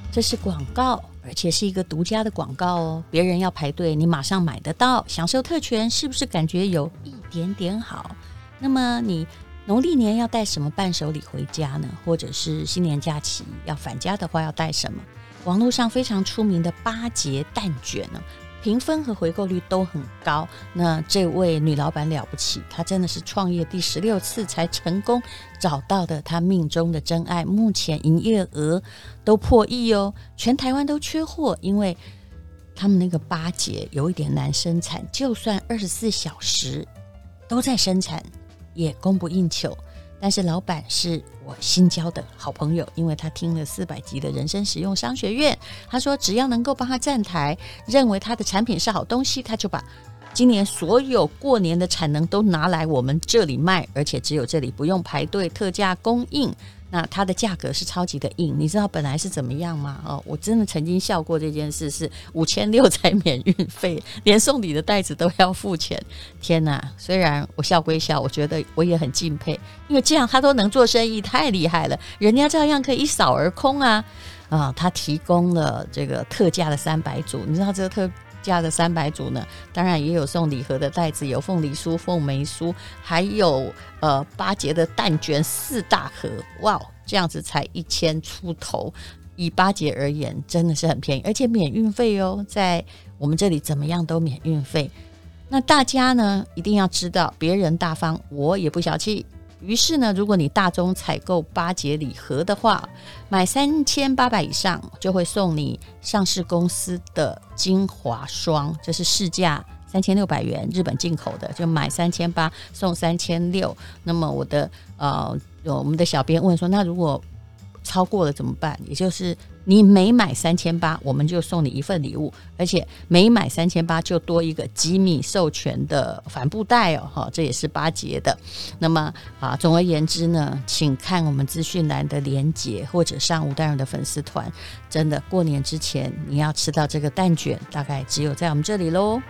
这是广告，而且是一个独家的广告哦，别人要排队，你马上买得到，享受特权，是不是感觉有一点点好？那么你农历年要带什么伴手礼回家呢？或者是新年假期要返家的话要带什么？网络上非常出名的八节蛋卷呢，评分和回购率都很高。那这位女老板了不起，她真的是创业第16次才成功找到的她命中的真爱，目前营业额都破亿哦，全台湾都缺货，因为他们那个八节有一点难生产，就算24小时都在生产也供不应求。但是老板是我新交的好朋友，因为他听了400集的人生实用商学院，他说只要能够帮他站台，认为他的产品是好东西，他就把今年所有过年的产能都拿来我们这里卖，而且只有这里不用排队，特价供应。那它的价格是超级的硬，你知道本来是怎么样吗？我真的曾经笑过这件事，是5600才免运费，连送礼的袋子都要付钱。天哪！虽然我笑归笑，我觉得我也很敬佩，因为这样他都能做生意，太厉害了，人家照样可以一扫而空啊！他提供了这个特价的300组，你知道这个特价的300组呢，当然也有送礼盒的袋子，有凤梨酥、凤梅酥，还有八节的蛋卷4大盒，哇，这样子才1000出头，以八节而言真的是很便宜，而且免运费哦，在我们这里怎么样都免运费。那大家呢一定要知道，别人大方，我也不小气。于是呢，如果你大宗采购八节礼盒的话，买3800以上就会送你上市公司的精华霜，这是市价3600元，日本进口的，就买3800送3600。那么我们的小编问说，那如果超过了怎么办？也就是你每买3800，我们就送你一份礼物，而且每买3800就多一个机密授权的帆布袋哦，这也是八节的。那么总而言之呢，请看我们资讯栏的连结，或者上吴淡如的粉丝团。真的，过年之前你要吃到这个蛋卷，大概只有在我们这里咯。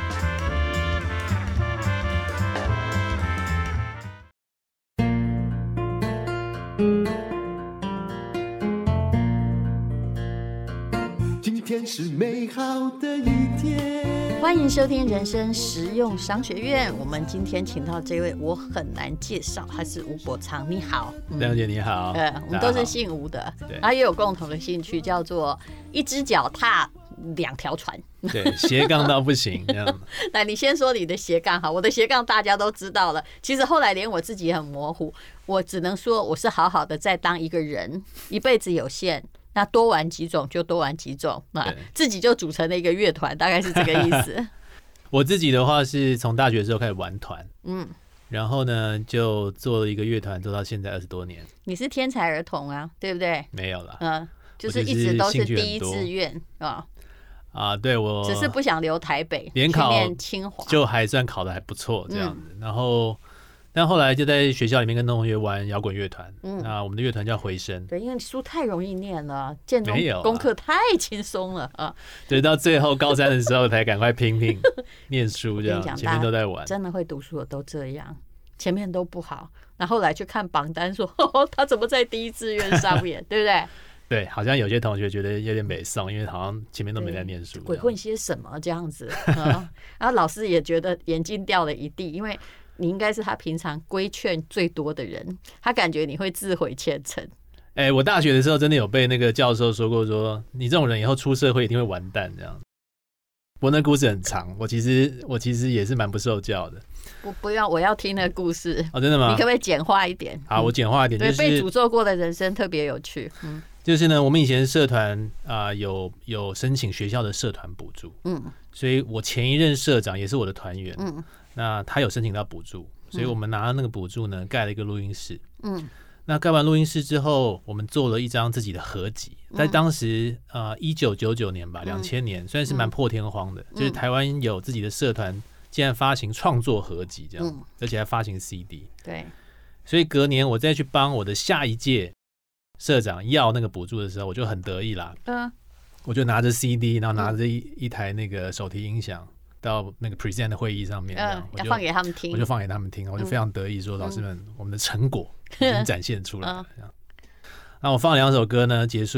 今天是美好的一天， 欢迎收听人生实用商学院。我们今天请到这位我很难介绍，他是吴伯昌。你好。 亮姐你好。 我们都是姓吴的，他也有共同的兴趣，叫做一只脚踏2条船。 对，斜杠到不行这样。 来，你先说你的斜杠。好，我的斜杠大家都知道了，其实后来连我自己也很模糊，我只能说我是好好的在当一个人，一辈子有限，那多玩几种就多玩几种，自己就组成了一个乐团，大概是这个意思。 我自己的话是从大学的时候开始玩团，然后呢就做了一一个乐团，做到现在20多年。 你是天才儿童啊，对不对？ 没有啦， 就是一直都是第一志愿对，我只是不想留台北， 联考念清华就还算考得还不错这样子。然后但后来就在学校里面跟同学玩摇滚乐团，那我们的乐团叫回声。 对，因为书太容易念了，建中功课太轻松了啊。 对，到最后高3的时候才赶快拼命念书，这样前面都在玩。 真的会读书的都这样，前面都不好，然后后来去看榜单说，他怎么在第一志愿上面，对不对？ 对，好像有些同学觉得有点北宋，因为好像前面都没在念书， 鬼混些什么这样子。然后老师也觉得眼睛掉了一地，因为你应该是他平常规劝最多的人，他感觉你会自毁前程。 我大学的时候真的有被那个教授说过，说你这种人以后出社会一定会完蛋这样。不过那故事很长，我其实也是蛮不受教的。 不要，我要听那个故事。 真的吗？ 你可不可以简化一点？ 好，我简化一点。 对，被诅咒过的人生特别有趣。 就是呢，我们以前社团有申请学校的社团补助，所以我前一任社长也是我的团员，那他有申请到补助，所以我们拿到那个补助呢，盖了一个录音室，那盖完录音室之后，我们做了一张自己的合集，在当时1999年吧，2000年，算是蛮破天荒的，就是台湾有自己的社团竟然发行创作合集这样，而且还发行 CD， 对， 所以隔年我再去帮我的下一届社长要那个补助的时候，我就很得意啦。我就拿着 CD， 然后拿着一台那个手提音响到那个 present 的会议上面， 要放给他们听， 我就放给他们听，我就非常得意说：“老师们，我们的成果已经展现出来了。”那我放了2首歌呢，结束，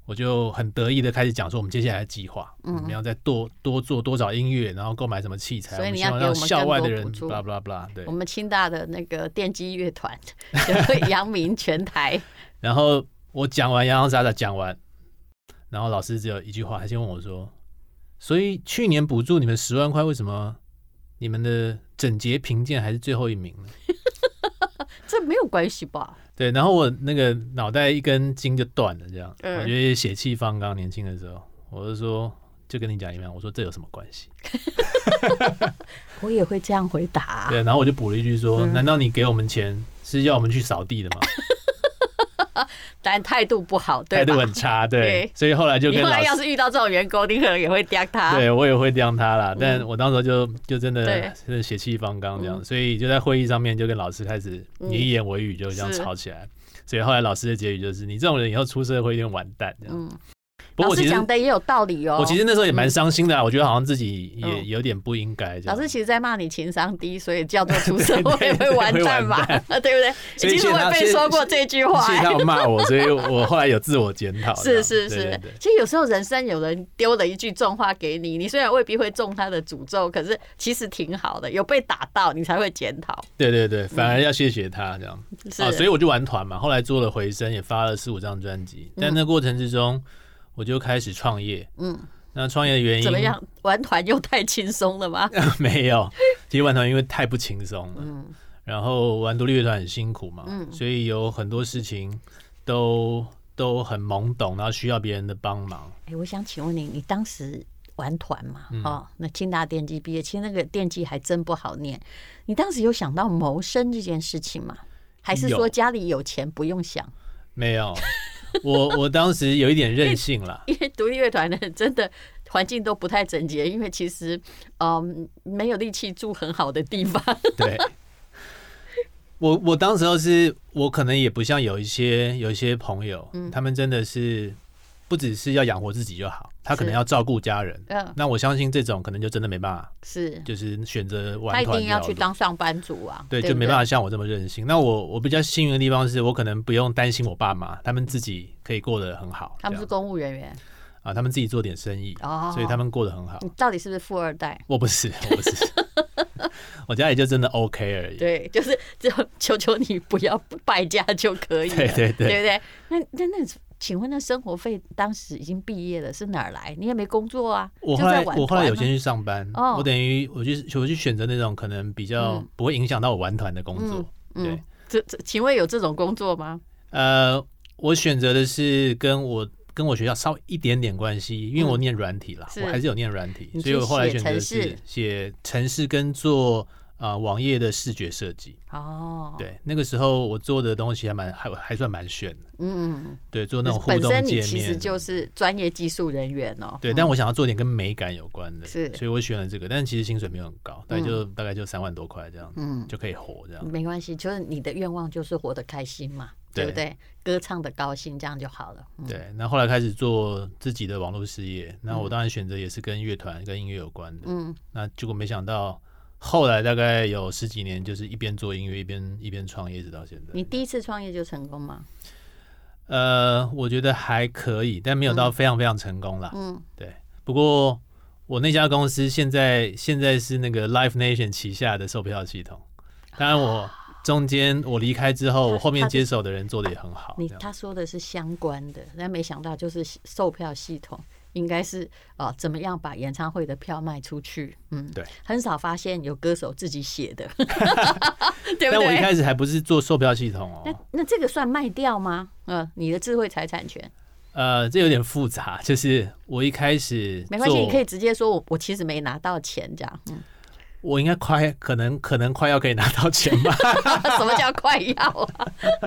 我就很得意的开始讲说我们接下来的计划，我们要再多做多少音乐，然后购买什么器材， 所以你要给我们校外的人更多补助 blah blah blah， 对， 我们清大的那个电机乐团就扬名全台。 然后我讲完洋洋洒洒讲完，然后老师只有一句话，他先问我说：“所以去年补助你们10万块，为什么你们的整洁评鉴还是最后一名呢？” 这没有关系吧？ 对，然后我那个脑袋一根筋就断了，这样，我觉得血气方刚，年轻的时候，我就说，就跟你讲一样，我说这有什么关系？ 我也会这样回答。 对，然后我就补了一句说：“难道你给我们钱是要我们去扫地的吗？” 但态度不好，对吧？ 态度很差，对，所以后来就跟你后来老师， 要是遇到这种员工，你可能也会刁他。 对我也会刁他啦。但我当时就真的血气方刚这样，所以就在会议上面就跟老师开始你一言我一语就这样吵起来。所以后来老师的结语就是：你这种人以后出社会一定完蛋这样。不过老师讲的也有道理哦。 我其实那时候也蛮伤心的，我觉得好像自己也有点不应该。 老师其实在骂你情商低，所以叫做出社会会完蛋吧？对不对？其实我也被说过这句话。 谢谢他有骂我，所以我后来有自我检讨。 是。其实有时候人生有人丢了一句重话给你，你虽然未必会中他的诅咒，可是其实挺好的，有被打到你才会检讨。 对，反而要谢谢他这样。所以我就玩团嘛，后来做了回声，也发了4-5张专辑，但那过程之中。我就开始创业，那创业的原因怎么样？玩团又太轻松了吗？ 没有，其实玩团因为太不轻松了，然后玩独立乐团很辛苦嘛，所以有很多事情都很懵懂，然后需要别人的帮忙。 我想请问你当时玩团嘛？那清大电机毕业，其实那个电机还真不好念。你当时有想到谋生这件事情吗？还是说家里有钱不用想？ 没有。我当时有一点任性啦， 因为独立乐团的人真的环境都不太整洁，因为其实没有力气住很好的地方。 对，我当时我可能也不像有一些朋友，他们真的是不只是要养活自己就好，他可能要照顾家人。那我相信这种可能就真的没办法，就是选择玩团， 他一定要去当上班族啊。 对，就没办法像我这么任性。那我比较幸运的地方是我可能不用担心我爸妈，他们自己可以过得很好。 他们是公务人员啊，他们自己做点生意，所以他们过得很好。 你到底是不是富二代？ 我不是。我家里就真的 OK 而已。 对，就是求求你不要败家就可以了。对不对？那请问那生活费当时已经毕业了，是哪儿来？你也没工作啊。 我后来有先去上班，我等于我去选择那种可能比较不会影响到我玩团的工作。对， 请问有这种工作吗？ 我选择的是跟我学校稍微一点点关系，因为我念软体啦，我还是有念软体，所以我后来选择是写程式跟做网页的视觉设计。对，那个时候我做的东西还算蛮炫的。对，做那种互动界面。本身你其实就是专业技术人员哦。 对，但我想要做点跟美感有关的，所以我选了这个。但其实薪水没有很高，大概就3万多块这样，就可以活这样。 没关系，就是你的愿望就是活得开心嘛，对不对？歌唱的高兴，这样就好了。 对，那后来开始做自己的网络事业，那我当然选择也是跟乐团、跟音乐有关的。那结果没想到。后来大概有10几年，就是一边做音乐一边创业，直到现在。你第一次创业就成功吗？ 我觉得还可以，但没有到非常非常成功啦。对。不过我那家公司现在是那个 Live Nation 旗下的售票系统。当然我中间我离开之后，我后面接手的人做的也很好。 他说的是相关的，但没想到就是售票系统。应该是怎么样把演唱会的票卖出去？ 对， 很少发现有歌手自己写的，对不对？ 但我一开始还不是做售票系统哦。 那这个算卖掉吗？你的智慧财产权？ 这有点复杂，就是我一开始没关系，你可以直接说我其实没拿到钱这样。 我应该可能快要可以拿到钱吧？ 什么叫快要啊？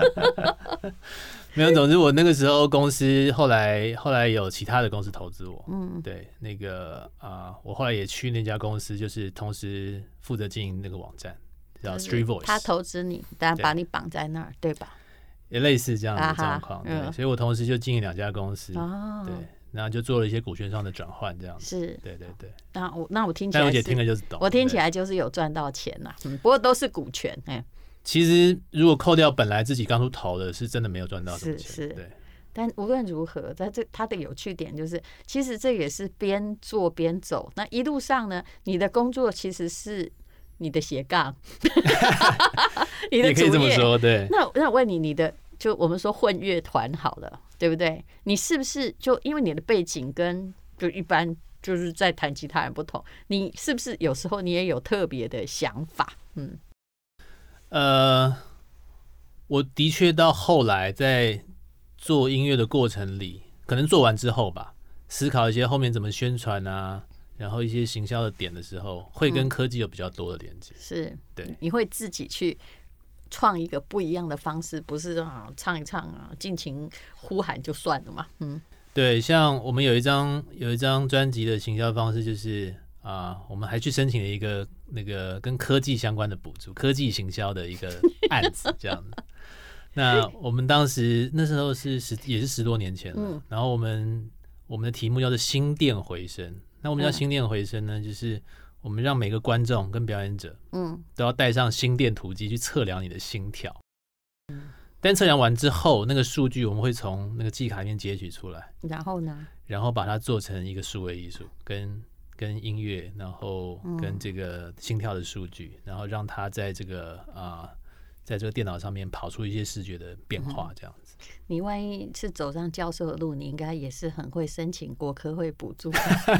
没有，总之我那个时候公司后来有其他的公司投资我，对，那个我后来也去那家公司，就是同时负责经营那个网站叫 Street Voice， 他投资你，当然把你绑在那儿，对吧？ 也类似这样的状况，对，所以我同时就经营2家公司，对，然后就做了一些股权上的转换，这样子， 是， 对。 那我听起来， 但我姐听了就是懂， 我听起来就是有赚到钱呐，不过都是股权， 其实如果扣掉本来自己刚出头的，是真的没有赚到什么钱。对， 但无论如何，它的有趣点就是，其实这也是边做边走。那一路上呢，你的工作其实是你的斜杠，你的主业。也可以这么说，对。那我问你的，就我们说混乐团好了，对不对？你是不是就因为你的背景跟就一般就是在弹吉他人不同，你是不是有时候你也有特别的想法？ 我的确到后来在做音乐的过程里，可能做完之后吧，思考一些后面怎么宣传啊，然后一些行销的点的时候，会跟科技有比较多的连接。是，对，你会自己去创一个不一样的方式，不是唱一唱啊，尽情呼喊就算了嘛。对，像我们有一张专辑的行销方式，就是我们还去申请了一个那个跟科技相关的补助，科技行销的一个案子，这样子。那我们当时那时候也是10多年前了，然后我们的题目叫做心电回声。那我们叫心电回声呢，就是我们让每个观众跟表演者，都要带上心电图机去测量你的心跳。但测量完之后，那个数据我们会从那个记卡里面截取出来，然后呢，然后把它做成一个数位艺术，跟音乐，然后跟这个心跳的数据，然后让它在这个电脑上面跑出一些视觉的变化，这样子。你万一是走上教授的路，你应该也是很会申请国科会补助。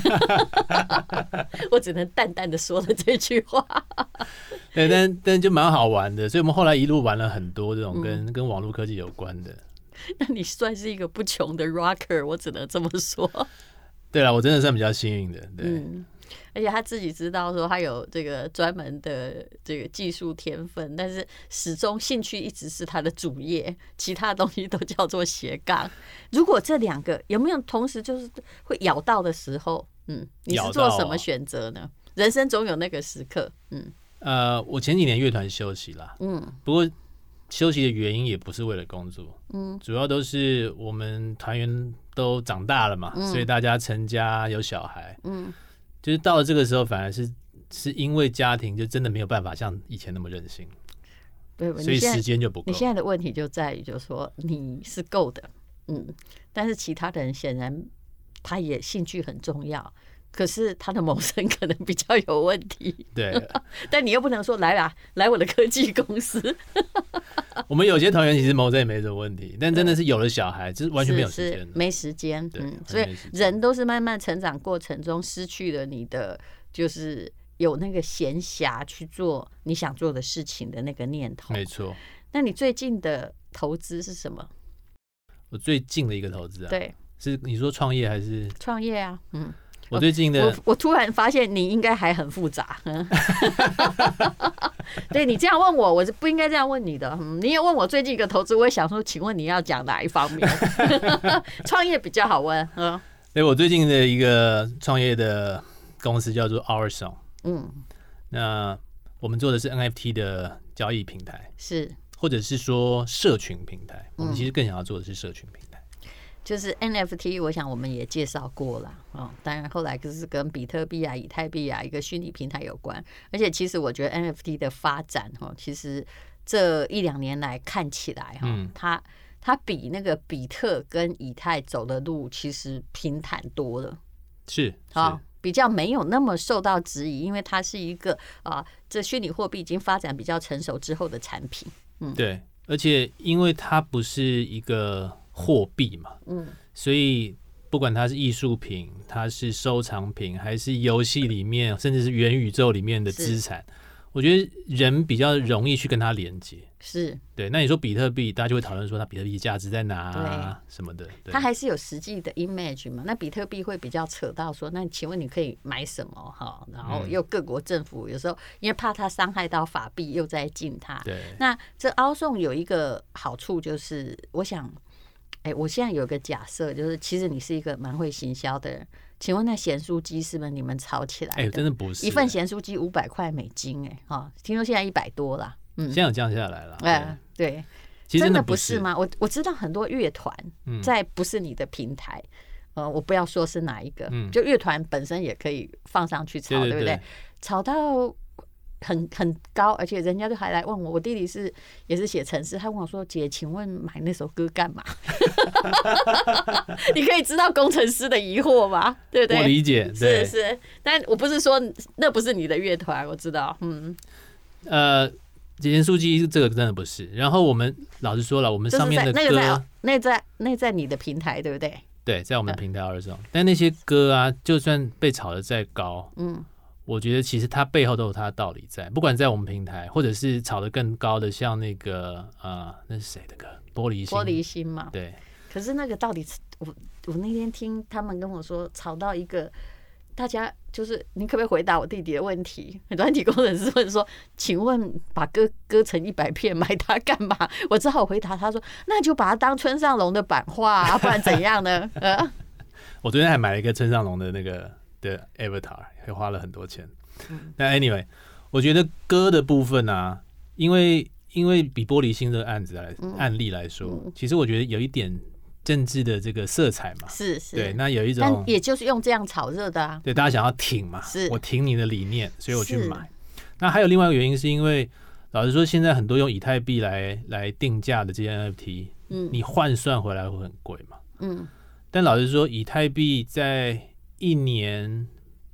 我只能淡淡的说了这句话。对，但就蛮好玩的，所以我们后来一路玩了很多这种跟网络科技有关的。那你算是一个不穷的 rocker， 我只能这么说。对啦，我真的算比较幸运的，对。而且他自己知道说他有这个专门的这个技术天分，但是始终兴趣一直是他的主业，其他东西都叫做斜杠。如果这两个有没有同时就是会咬到的时候，你是做什么选择呢？人生总有那个时刻。我前几年乐团休息啦，不过休息的原因也不是为了工作，主要都是我们团员都长大了嘛，所以大家成家有小孩，就是到了这个时候，反而是因为家庭就真的没有办法像以前那么任性，对，所以时间就不够。你现在的问题就在于，就是说你是够的，但是其他的人显然他也兴趣很重要，可是他的谋生可能比较有问题。对，但你又不能说来我的科技公司。我们有些团员其实谋生也没什么问题，但真的是有了小孩，就是完全没有时间，没时间。所以人都是慢慢成长过程中失去了你的，就是有那个闲暇去做你想做的事情的那个念头。没错。那你最近的投资是什么？我最近的一个投资啊，对，是你说创业还是创业啊？我最近的，我突然发现你应该还很复杂。对，你这样问我，我是不应该这样问你的。你也问我最近一个投资，我也想说，请问你要讲哪一方面？创业比较好问。对，我最近的一个创业的公司叫做 Our Song。那我们做的是 NFT 的交易平台，是或者是说社群平台。我们其实更想要做的是社群平台。就是 NFT， 我想我们也介绍过了当然后来就是跟比特币啊、以太币啊一个虚拟平台有关。而且其实我觉得 NFT 的发展其实这1-2年来看起来它比那个比特跟以太走的路其实平坦多了，是比较没有那么受到质疑，因为它是一个这虚拟货币已经发展比较成熟之后的产品。对，而且因为它不是一个货币嘛，所以不管它是艺术品，它是收藏品，还是游戏里面，甚至是元宇宙里面的资产，我觉得人比较容易去跟它连接。是，对。那你说比特币，大家就会讨论说它比特币价值在哪什么的，它还是有实际的 image 嘛？那比特币会比较扯到说，那请问你可以买什么然后又各国政府有时候因为怕它伤害到法币，又在禁它。对。那这 Our Song 有一个好处就是，我想。我现在有个假设，就是其实你是一个蛮会行销的人。请问那咸酥鸡是不是你们炒起来的？真的不是，一份咸酥鸡$500听说现在100多啦。现在有降下来了。对，其实真的不是吗？我知道很多乐团在不是你的平台，我不要说是哪一个，就乐团本身也可以放上去炒，对不对？炒到很高，而且人家就还来问我，我弟弟也是写程式，他问我说：“姐，请问买那首歌干嘛？”你可以知道工程师的疑惑吗？对不对？ 我理解，对是，但我不是说那不是你的乐团，我知道， 盐酥鸡这个真的不是。然后我们老实说了，我们上面的歌， 那在你的平台，对不对？ 对，在我们的平台二中，但那些歌啊，就算被炒得再高，我觉得其实它背后都有它的道理在，不管在我们平台，或者是炒得更高的，像那个那是谁的歌？玻璃心嘛。对。 可是那个到底，我那天听他们跟我说，炒到一个。大家就是你可不可以回答我弟弟的问题？软体工程师问说：“请问把歌割成100片买它干嘛？”我只好回答他说：“那就把它当村上隆的版画啊，不然怎样呢？” 我昨天还买了一个村上隆的那个的 Avatar， 还花了很多钱。但 anyway， 我觉得歌的部分啊，因为比玻璃心的案例来说，其实我觉得有一点。政治的这个色彩嘛， 是对，那有一种， 但也就是用这样炒热的啊。 对，大家想要挺嘛， 是我挺你的理念，所以我去买。那还有另外一个原因，是因为老实说，现在很多用以太币来定价的这些 NFT，你换算回来会很贵嘛，但老实说，以太币在一年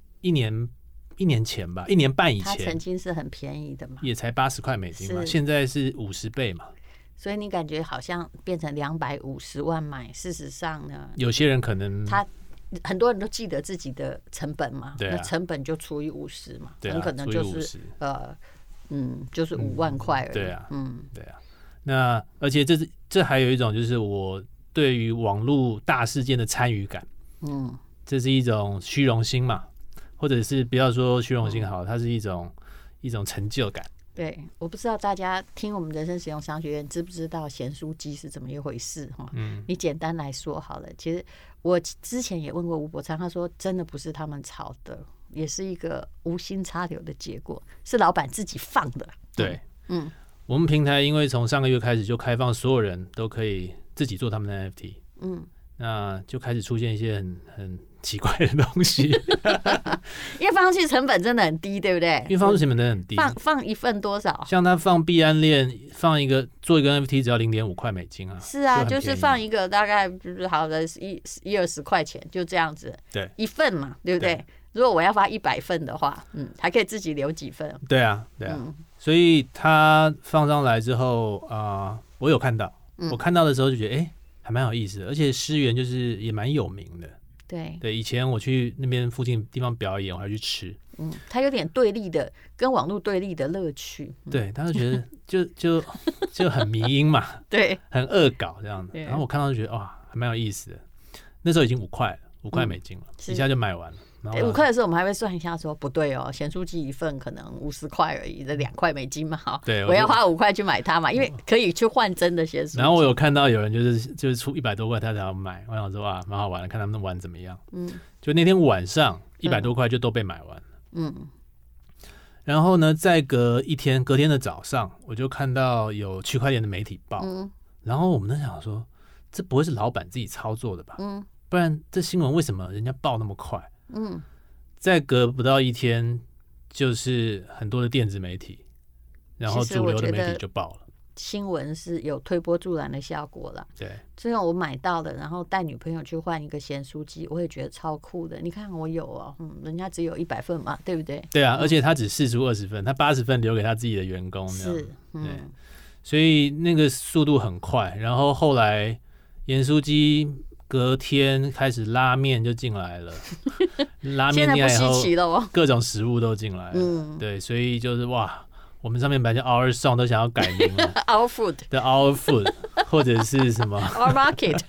前吧，1年半以前， 它曾经是很便宜的嘛， 也才80块美金嘛，现在是50倍嘛。 所以你感觉好像变成250万买，事实上呢， 有些人可能很多人都记得自己的成本嘛， 对啊， 那成本就除以50嘛， 对啊， 很可能就是就是5万块而已。 对啊，对啊。那而且这还有一种就是我对于网络大事件的参与感，这是一种虚荣心嘛，或者是不要说虚荣心好，它是一种成就感。 对，我不知道大家听我们人生实用商学院知不知道咸酥鸡是怎么一回事哈？你简单来说好了。其实我之前也问过吴伯昌，他说真的不是他们炒的，也是一个无心插柳的结果，是老板自己放的。 对，我们平台因为从上个月开始就开放所有人都可以自己做他们的 NFT，那就开始出现一些很奇怪的东西， 因为放上去成本真的很低，对不对？ 因为放上去成本真的很低， 放一份多少？ 像他放币安链，做一个 NFT 只要0.5块美金啊。 是啊，就是放一个大概就是好的20块钱，就这样子。 对， 一份嘛，对不对？如果我要发100份的话，还可以自己留几份。 对啊，所以他放上来之后我有看到，我看到的时候就觉得还蛮有意思的，而且诗源就是也蛮有名的。对，以前我去那边附近地方表演，我还去吃。 它有点对立的，跟网络对立的乐趣。 对，他就觉得就很迷因嘛， 对， 很恶搞这样子。然后我看到就觉得哇，还蛮有意思的。那时候已经5块了，5块美金了，一下就买完了。 5块的时候，我们还会算一下说，不对哦，咸酥鸡一份可能50块而已，这2块美金嘛， 对， 我要花5块去买它嘛，因为可以去换真的咸酥鸡。 然后我有看到有人就是出100多块他才要买，我想说哇，蛮好玩的，看他们玩怎么样。就那天晚上100多块就都被买完了。然后呢，再隔天的早上，我就看到有区块链的媒体报，然后我们在想说，这不会是老板自己操作的吧？不然这新闻为什么人家报那么快？再隔不到1天，就是很多的电子媒体，然后主流的媒体就报了。 新闻是有推波助澜的效果啦。 对， 最后我买到了，然后带女朋友去换一个咸酥鸡，我也觉得超酷的。你看我有哦，人家只有100份嘛，对不对？ 对啊，而且他只释出20份，他80份留给他自己的员工。 是， 对，所以那个速度很快。然后后来盐酥鸡隔天开始拉面就进来了，拉面进来以后，各种食物都进来了。对，所以就是哇。我们上面本来叫 Our Song 都想要改名了 ，Our Food 的 Our Food， 或者是什么 Our Market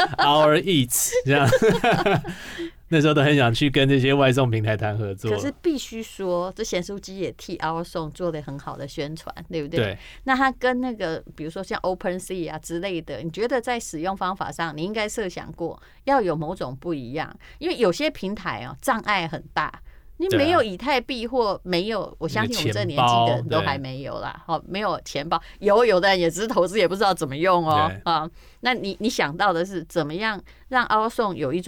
Our Eats 这样，那时候都很想去跟这些外送平台谈合作。 可是必须说，这咸酥鸡也替 Our Song 做了很好的宣传，对不对？ 对。 那它跟那个比如说像 OpenSea 啊之类的，你觉得在使用方法上，你应该设想过要有某种不一样，因为有些平台障碍很大。你没有以太币或没有，我相信我们这年纪的人都还没有啦。没有钱包，有的人也只是投资，也不知道怎么用哦。那你想到的是怎么样让 Our Song 有一种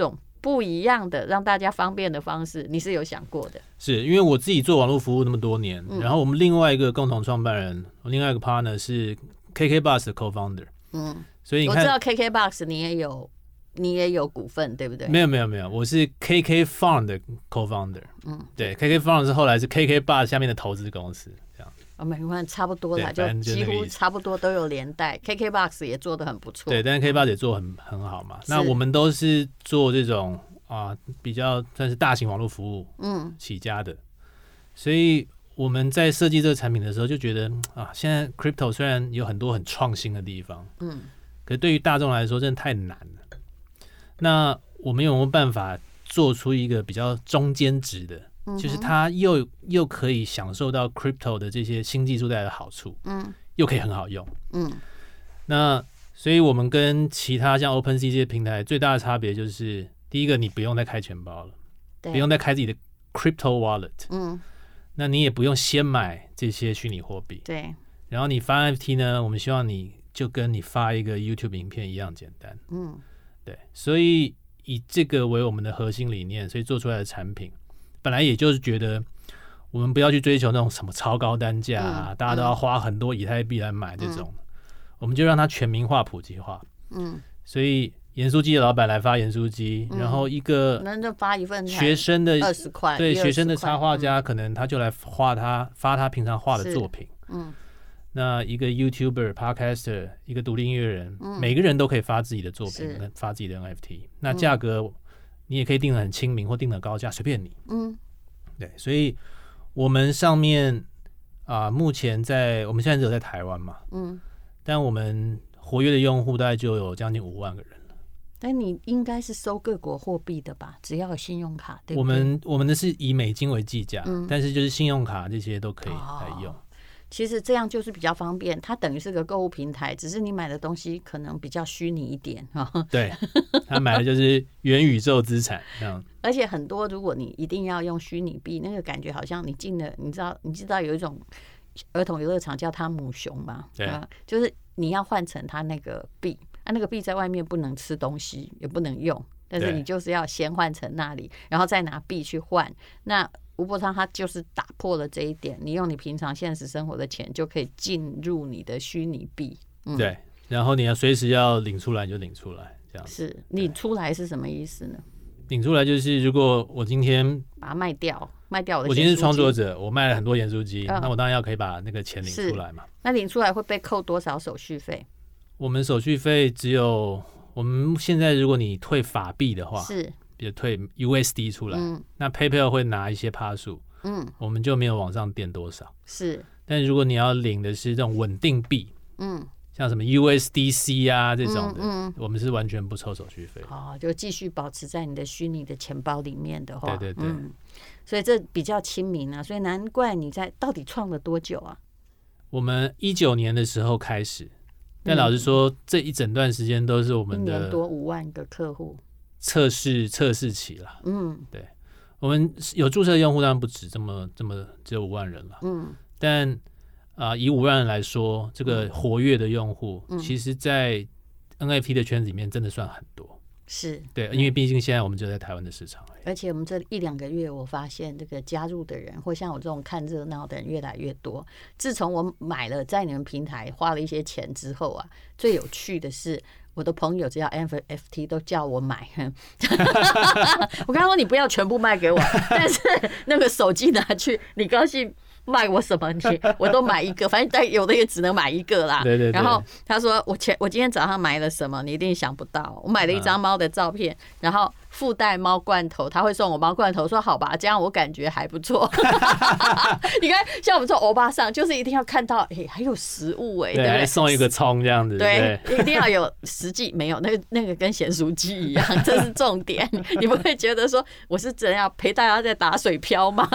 不一样的让大家方便的方式，你是有想过的？ 是因为我自己做网络服务那么多年，然后我们另外一个共同创办人，我另外一个 partner 是 KKBOX 的 co-founder， 所以你看， 我知道 KKBOX 你也有股份，对不对？ 没有，我是 KK Farm 的 co-founder，对，KK Farm 是后来是 KKBOX 下面的投资公司，这样。 没关系，差不多啦，就几乎差不多都有连带。KKBOX 也做得很不错， 对，但是 KKBOX 也做很好嘛。那我们都是做这种比较算是大型网络服务起家的，所以我们在设计这个产品的时候就觉得现在 crypto 虽然有很多很创新的地方，可是对于大众来说真的太难了。那我们有没有办法做出一个比较中间值的？就是它又可以享受到 crypto 的这些新技术带来的好处，又可以很好用，那所以我们跟其他像 OpenSea 这些平台最大的差别就是，第一个你不用再开钱包了，不用再开自己的 crypto wallet，那你也不用先买这些虚拟货币， 对， 然后你发 NFT 呢，我们希望你就跟你发一个 YouTube 影片一样简单，对，所以以这个为我们的核心理念，所以做出来的产品。本来也就是觉得，我们不要去追求那种什么超高单价大家都要花很多以太币来买这种，我们就让它全民化、普及化。所以盐酥鸡的老板来发盐酥鸡，然后一个那就发一份学生的 20块， 对学生的插画家，可能他就来发他平常画的作品。那一个 YouTuber、Podcaster， 一个独立音乐人，每个人都可以发自己的作品，发自己的 NFT。那价格。你也可以定得很亲民或定得高价，随便你。对，所以我们上面目前我们现在只有在台湾嘛，但我们活跃的用户大概就有将近5万个人了。 但你应该是收各国货币的吧？只要有信用卡，对不对？ 我们的是以美金为计价，但是就是信用卡这些都可以来用。 其实这样就是比较方便，它等于是个购物平台，只是你买的东西可能比较虚拟一点。 对，他买的就是元宇宙资产这样。 而且很多，如果你一定要用虚拟币，那个感觉好像你进了，你知道有一种儿童游乐场叫汤姆熊吗？ 对， 就是你要换成它那个币，那个币在外面不能吃东西，也不能用，但是你就是要先换成那里，然后再拿币去换。那吴伯昌他就是打破了这一点，你用你平常现实生活的钱就可以进入你的虚拟币， 对，然后你要随时要领出来就领出来，这样是领出来是什么意思呢？ 领出来就是如果我今天把它卖掉我的， 我今天是创作者，我卖了很多盐酥鸡，那我当然要可以把那个钱领出来嘛。 那领出来会被扣多少手续费？ 我们手续费只有我们现在如果你退法币的话是。比如退 USD 出来，那 PayPal 会拿一些趴数，我们就没有往上垫多少。 是，但如果你要领的是这种稳定币，像什么 USDC 啊这种的，我们是完全不抽手续费。 就继续保持在你的虚拟的钱包里面的话， 对， 所以这比较亲民啊，所以难怪你到底创了多久啊？ 我们19年的时候开始，但老实说，这一整段时间都是我们的1 年多5万个客户。 测试期啦，对，我们有注册的用户当然不止这么只有5万人了，但以5万人来说，这个活跃的用户，其实在 NFT 的圈子里面真的算很多， 是对，因为毕竟现在我们只有在台湾的市场而已， 而且我们这1-2个月，我发现这个加入的人，或像我这种看热闹的人越来越多。自从我买了在你们平台花了一些钱之后啊，最有趣的是。我的朋友只要 NFT 都叫我买，我刚刚说你不要全部卖给我，但是那个手机拿去，你高兴卖我什么我都买一个，反正有的也只能买一个啦。 对。 然后他说我今天早上买了什么，你一定想不到，我买了一张猫的照片，然后附带猫罐头，他会送我猫罐头，说好吧，这样我感觉还不错。你看，像我们这种欧巴桑，就是一定要看到，还有食物对不对？ 还送一个葱这样子， 对，一定要有实际没有那个跟咸酥鸡一样，这是重点。你不会觉得说我是真要陪大家在打水漂吗？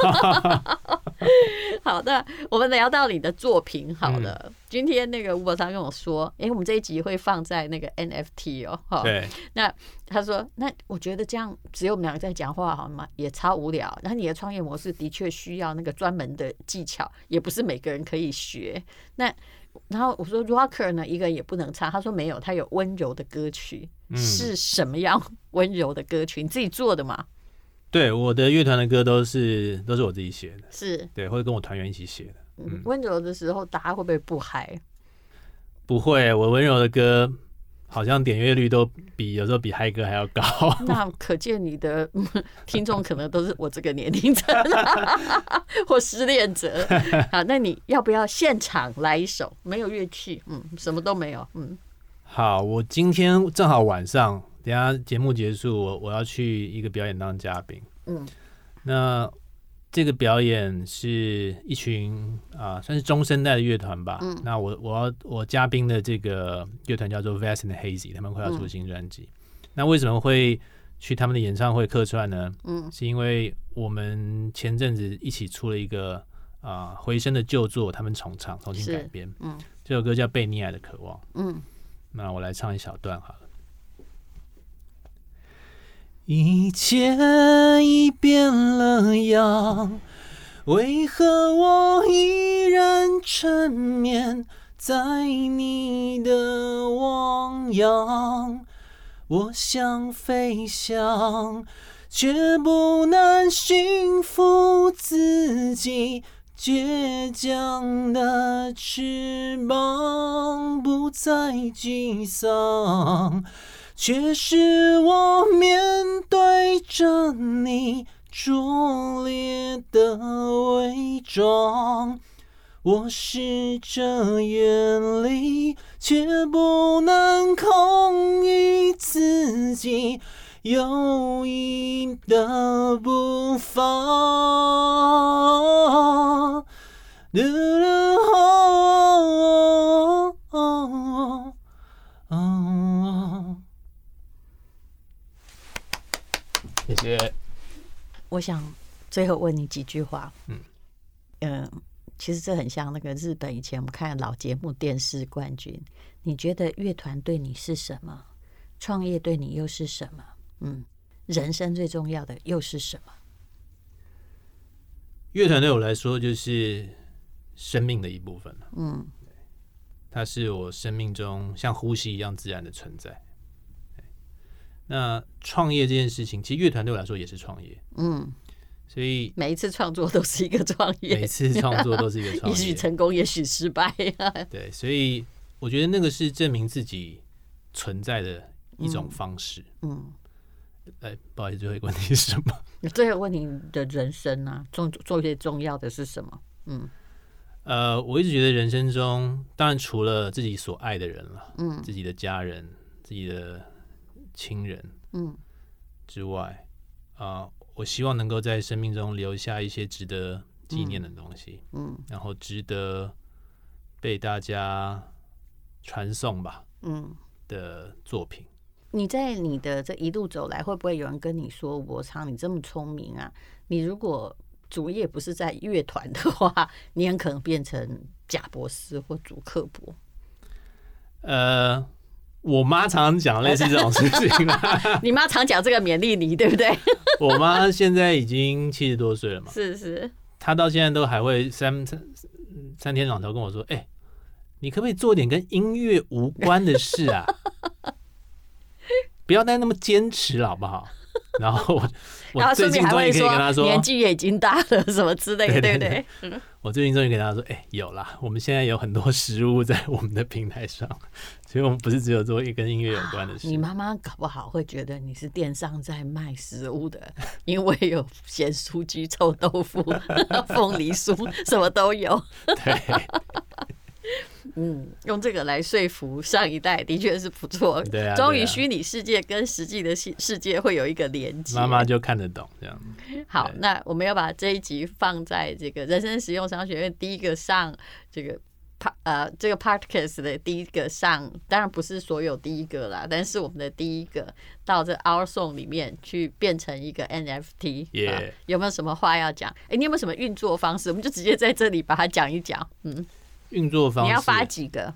好的，我们聊到你的作品好了。今天那个吴伯昌跟我说，我们这一集会放在那个 NFT 哦。 对。 那他说，那我觉得这样只有我们两个在讲话好吗？也超无聊。然后你的创业模式的确需要那个专门的技巧，也不是每个人可以学。那然后我说 rocker 呢，一个也不能唱。他说没有，他有温柔的歌曲。是什么样温柔的歌曲？你自己做的吗？ 对，我的乐团的歌都是我自己写的， 是， 对，或者跟我团员一起写的。 温柔的时候，大家会不会不嗨？ 不会，我温柔的歌好像点阅率都有时候比嗨歌还要高。 那可见你的听众可能都是我这个年龄层或失恋者。好，那你要不要现场来一首？没有乐器，什么都没有。 好，我今天正好晚上，等一下节目结束，我要去一个表演当嘉宾。那这个表演是一群算是中生代的乐团吧。那我嘉宾的这个乐团叫做 Vast and Hazy， 他们快要出新专辑。那为什么会去他们的演唱会客串呢？是因为我们前阵子一起出了一个回声的旧作，他们重新改编。这首歌叫《被溺爱的渴望》。那我来唱一小段好了。一切已变了样，为何我依然沉眠在你的汪洋？我想飞翔，却不能驯服自己倔强的翅膀，不再沮丧，却是我面对着你拙劣的伪装。我试着远离，却不能控制自己游移的步伐。谢谢。 我想最后问你几句话。其实这很像那个日本以前我们看老节目电视冠军。你觉得乐团对你是什么？创业对你又是什么？人生最重要的又是什么？ 乐团对我来说就是生命的一部分。它是我生命中像呼吸一样自然的存在。那创业这件事情，其实乐团对我来说也是创业。所以每一次创作都是一个创业， 每次创作都是一个创业， 也许成功，也许失败。 对，所以我觉得那个是证明自己存在的一种方式。不好意思，最后一个问题是什么？ 最后问题的人生啊，做些重要的是什么？ 我一直觉得人生中，当然除了自己所爱的人了，自己的家人、自己的亲人，之外，我希望能够在生命中留下一些值得纪念的东西，然后值得被大家传颂吧，的作品。 你在你的这一路走来，会不会有人跟你说：“国昌，你这么聪明啊，你如果主业不是在乐团的话，你很可能变成贾博士或祖克伯。” 我妈常常讲类似这种事情你妈常讲这个勉励你，对不对？ 我妈现在已经70多岁了嘛， 是， 她到现在都还会三天两头跟我说：“你可不可以做点跟音乐无关的事啊？不要再那么坚持了，好不好？”然后我最近终于可以跟她说， 年纪也已经大了，什么之类的，对不对？ 我最近终于跟她说：“有啦，我们现在有很多食物在我们的平台上。”所以我们不是只有做跟音乐有关的事。 你妈妈搞不好会觉得你是电商在卖食物的，因为有咸酥鸡、臭豆腐、凤梨酥，什么都有。 对， 用这个来说服上一代的确是不错。 对啊， 终于虚拟世界跟实际的世界会有一个连接， 妈妈就看得懂这样。 好，那我们要把这一集放在这个人生实用商学院第一个上这个podcast 的第一个上，当然不是所有第一个啦，但是我们的第一个到这 Our Song 里面去变成一个 NFT。有没有什么话要讲？你有没有什么运作方式？我们就直接在这里把它讲一讲。 运作方式， 你要发几个？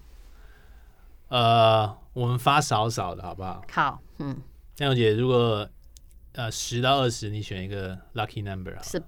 我们发少少的好不好？ 好， 亮友姐，如果10到20，你选一个 lucky number 18。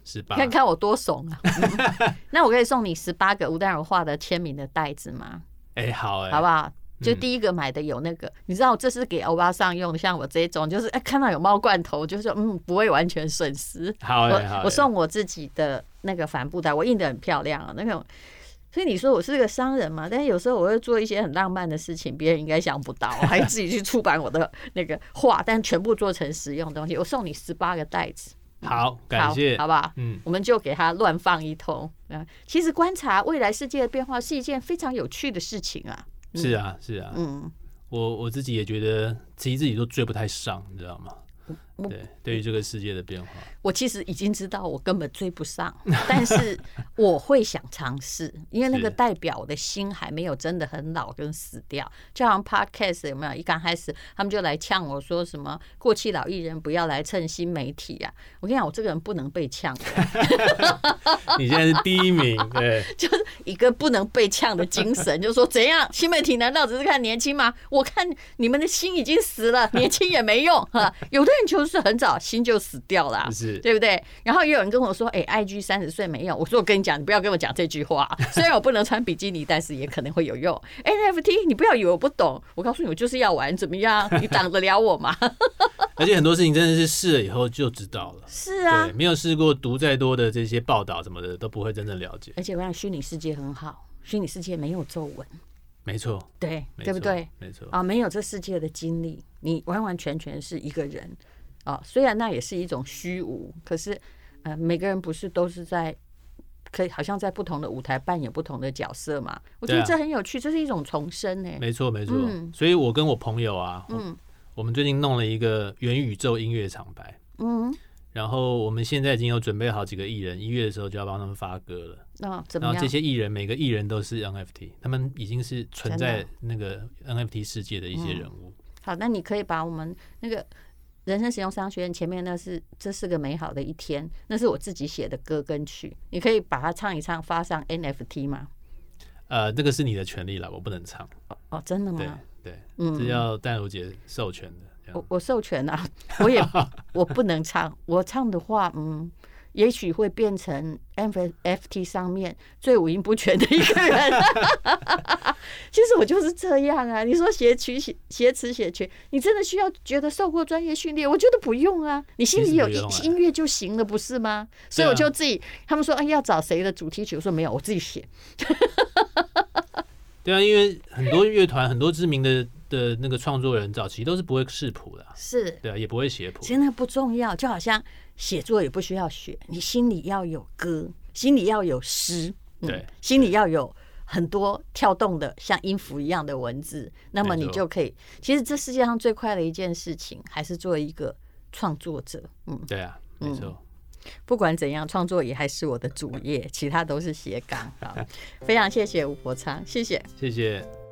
18， 看看我多怂啊！那我可以送你18个吴淡如画的签名的袋子吗？ 好好不好？就第一个买的有那个，你知道这是给欧巴桑用的，像我这种就是看到有猫罐头，就是不会完全损失。 好， 我送我自己的那个帆布袋，我印得很漂亮啊，那种。所以你说我是个商人嘛？但是有时候我会做一些很浪漫的事情，别人应该想不到，我还自己去出版我的那个画，但全部做成实用的东西。我送你18个袋子， 好，感谢， 好不好？我们就给他乱放一通。其实观察未来世界的变化是一件非常有趣的事情啊。 是啊，我自己也觉得自己都追不太上，你知道吗？对于这个世界的变化， 我其实已经知道我根本追不上，但是我会想尝试，因为那个代表我的心还没有真的很老跟死掉。就好像 podcast 有没有？一刚开始他们就来呛我说什么过气老艺人不要来蹭新媒体啊！我跟你讲，我这个人不能被呛的。 你现在是第1名，对， 就是一个不能被呛的精神，就是说怎样新媒体难道只是看年轻吗？我看你们的心已经死了，年轻也没用哈。有的人就是很早心就死掉了，对不对？然后也有人跟我说，IG 30岁没用。我说我跟你讲，你不要跟我讲这句话。虽然我不能穿比基尼，但是也可能会有用。NFT 你不要以为我不懂，我告诉你，我就是要玩，怎么样？你挡得了我吗？ 而且很多事情真的是试了以后就知道了。 是啊， 对，没有试过，读再多的这些报道什么的都不会真正了解。 而且我想虚拟世界很好，虚拟世界没有皱纹。 没错， 对不对？ 没错啊，没有这世界的经历，你完完全全是一个人啊。虽然那也是一种虚无，可是每个人不是都是在可以好像在不同的舞台扮演不同的角色嘛？我觉得这很有趣，这是一种重生欸。 没错，所以我跟我朋友啊，我们最近弄了一个元宇宙音乐厂牌，然后我们现在已经有准备好几个艺人，1月的时候就要帮他们发歌了。 怎么样？ 然后这些艺人每个艺人都是 NFT， 他们已经是存在那个 NFT 世界的一些人物。 好，那你可以把我们那个人生实用商学院前面这是个美好的一天，那是我自己写的歌跟曲，你可以把它唱一唱，发上 NFT 吗？ 这个是你的权利了，我不能唱。 哦，真的吗？ 对，这要淡如姐授权的。 我授权啊，我不能唱，我唱的话，也许会变成 NFT 上面最五音不全的一个人。其实我就是这样啊。你说写曲写词写曲，你真的需要觉得受过专业训练？我觉得不用啊，你心里有音乐就行了，不是吗？所以我就自己，他们说要找谁的主题曲，我说没有，我自己写。 对啊，因为很多乐团、很多知名的那个创作人早期都是不会视谱的， 是， 对啊，也不会写谱。 其实那不重要，就好像写作也不需要学，你心里要有歌，心里要有诗， 对， 心里要有很多跳动的像音符一样的文字，那么你就可以。其实这世界上最快的一件事情，还是做一个创作者。 对啊，没错。 不管怎样，创作也还是我的主业，其他都是斜杠。非常谢谢吴伯昌，谢谢， 谢谢。